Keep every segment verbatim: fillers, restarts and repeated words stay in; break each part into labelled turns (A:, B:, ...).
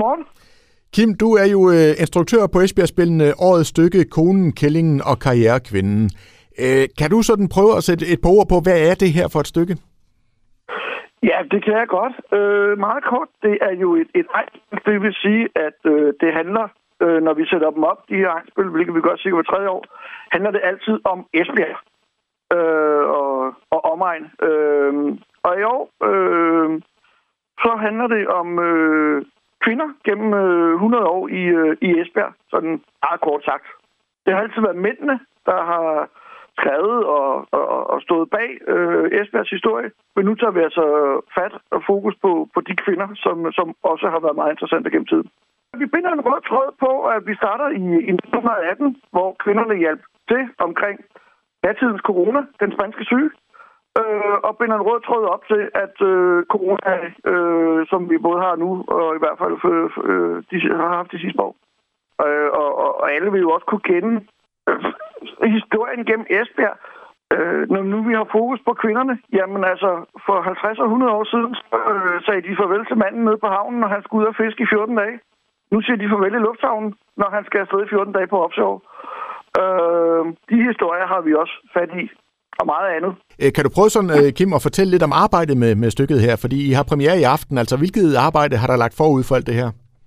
A: godmorgen.
B: Kim, du er jo øh, instruktør på Esbjerg-spillene Årets Stykke, Konen, Kællingen og Karrierekvinden. Øh, kan du sådan prøve at sætte et par ord på, hvad er det her for et stykke?
A: Ja, det kan jeg godt. Øh, meget kort, det er jo et, et egenspil. Det vil sige, at øh, det handler, øh, når vi sætter dem op, de her egenspil, hvilket vi gør cirka hver tredje år, handler det altid om Esbjerg øh, og, og omegn. Øh, og i år, øh, så handler det om øh, kvinder gennem øh, hundrede år i, øh, i Esbjerg, sådan meget kort sagt. Det har altid været mændene, der har skrevet og, og, og stået bag øh, Esbjergs historie. Men nu tager vi altså fat og fokus på, på de kvinder, som, som også har været meget interessante gennem tiden. Vi binder en rød tråd på, at vi starter i, i nitten atten, hvor kvinderne hjalp til omkring datidens corona, den spanske syge, øh, og binder en rød tråd op til, at øh, corona, øh, som vi både har nu, og i hvert fald øh, de har haft de sidste år, øh, og, og alle vil jo også kunne kende historien gennem Esbjerg. Øh, når nu vi har fokus på kvinderne, jamen altså for halvtreds og hundrede år siden øh, sagde de farvel til manden nede på havnen, når han skulle ud og fiske i fjorten dage. Nu siger de farvel i lufthavnen, når han skal afsted i fjorten dage på offshore. Øh, de historier har vi også fat i, og meget andet.
B: Kan du prøve sådan, Kim, at fortælle lidt om arbejdet med, med stykket her? Fordi I har premiere i aften. Altså, hvilket arbejde har der lagt forud for alt det her?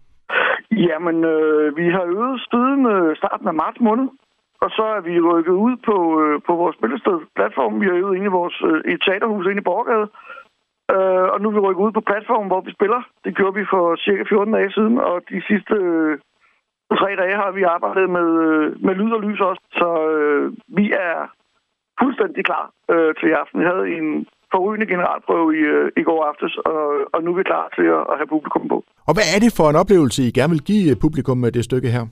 A: Jamen, øh, vi har øvet siden øh, starten af marts måned. Og så er vi rykket ud på, øh, på vores spillested, platformen. Vi har øvet inde i vores øh, et teaterhus inde i Borgade. Øh, og nu er vi rykket ud på platformen, hvor vi spiller. Det gjorde vi for cirka fjorten dage siden, og de sidste øh, tre dage har vi arbejdet med, øh, med lyd og lys også. Så øh, vi er fuldstændig klar øh, til i aften. Vi havde en forrygende generalprøve i, øh, i går aftes, og, og nu er vi klar til at, at have publikum på.
B: Og hvad er det for en oplevelse, I gerne vil give publikum med det stykke her?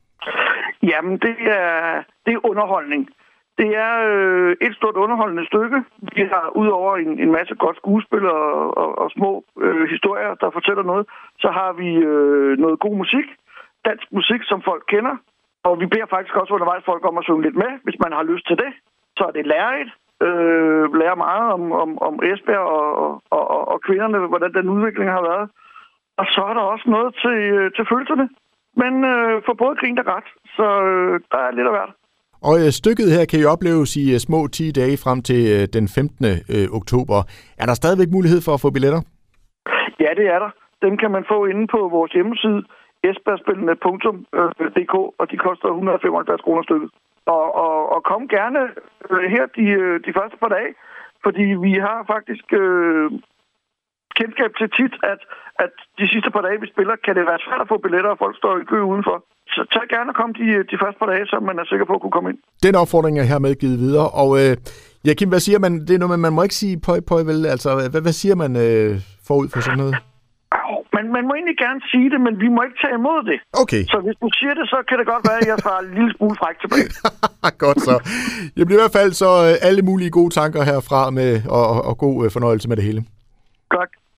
A: Jamen, det er, det er underholdning. Det er øh, et stort underholdende stykke. Vi har udover en, en masse godt skuespil og, og, og små øh, historier, der fortæller noget, så har vi øh, noget god musik. Dansk musik, som folk kender. Og vi beder faktisk også undervejs folk om at synge lidt med, hvis man har lyst til det. Så er det lærerigt. Øh, lærer meget om, om, om Esbjerg og, og, og, og kvinderne, hvordan den udvikling har været. Og så er der også noget til, til følelserne. Men øh, for både grin og ret, så øh, der er lidt af hvert.
B: Og øh, stykket her kan I opleves i øh, små ti dage frem til øh, den femtende oktober. Er der stadigvæk mulighed for at få billetter?
A: Ja, det er der. Dem kan man få inde på vores hjemmeside, esbjergspillene punktum d k, og de koster et hundrede og femoghalvfjerds kroner stykket. Og, og, og kom gerne øh, her de, de første par dage, fordi vi har faktisk øh, kendskab til tit, at, at de sidste par dage, vi spiller, kan det være svært at få billetter, og folk står i kø udenfor. Så tag gerne og kom de, de første par dage, så man er sikker på at kunne komme ind. Den
B: opfordring er hermed givet videre. Og øh, ja, Kim, hvad siger man? Det er noget, man må ikke sige pøj, pøj, vel? Altså, hvad, hvad siger man øh, forud for sådan noget?
A: Man, man må egentlig gerne sige det, men vi må ikke tage imod det.
B: Okay.
A: Så hvis du siger det, så kan det godt være, at jeg får en lille smule fræk tilbage.
B: Godt så. Jeg bliver i hvert fald så alle mulige gode tanker herfra med, og, og, og god fornøjelse med det hele.
A: Godt.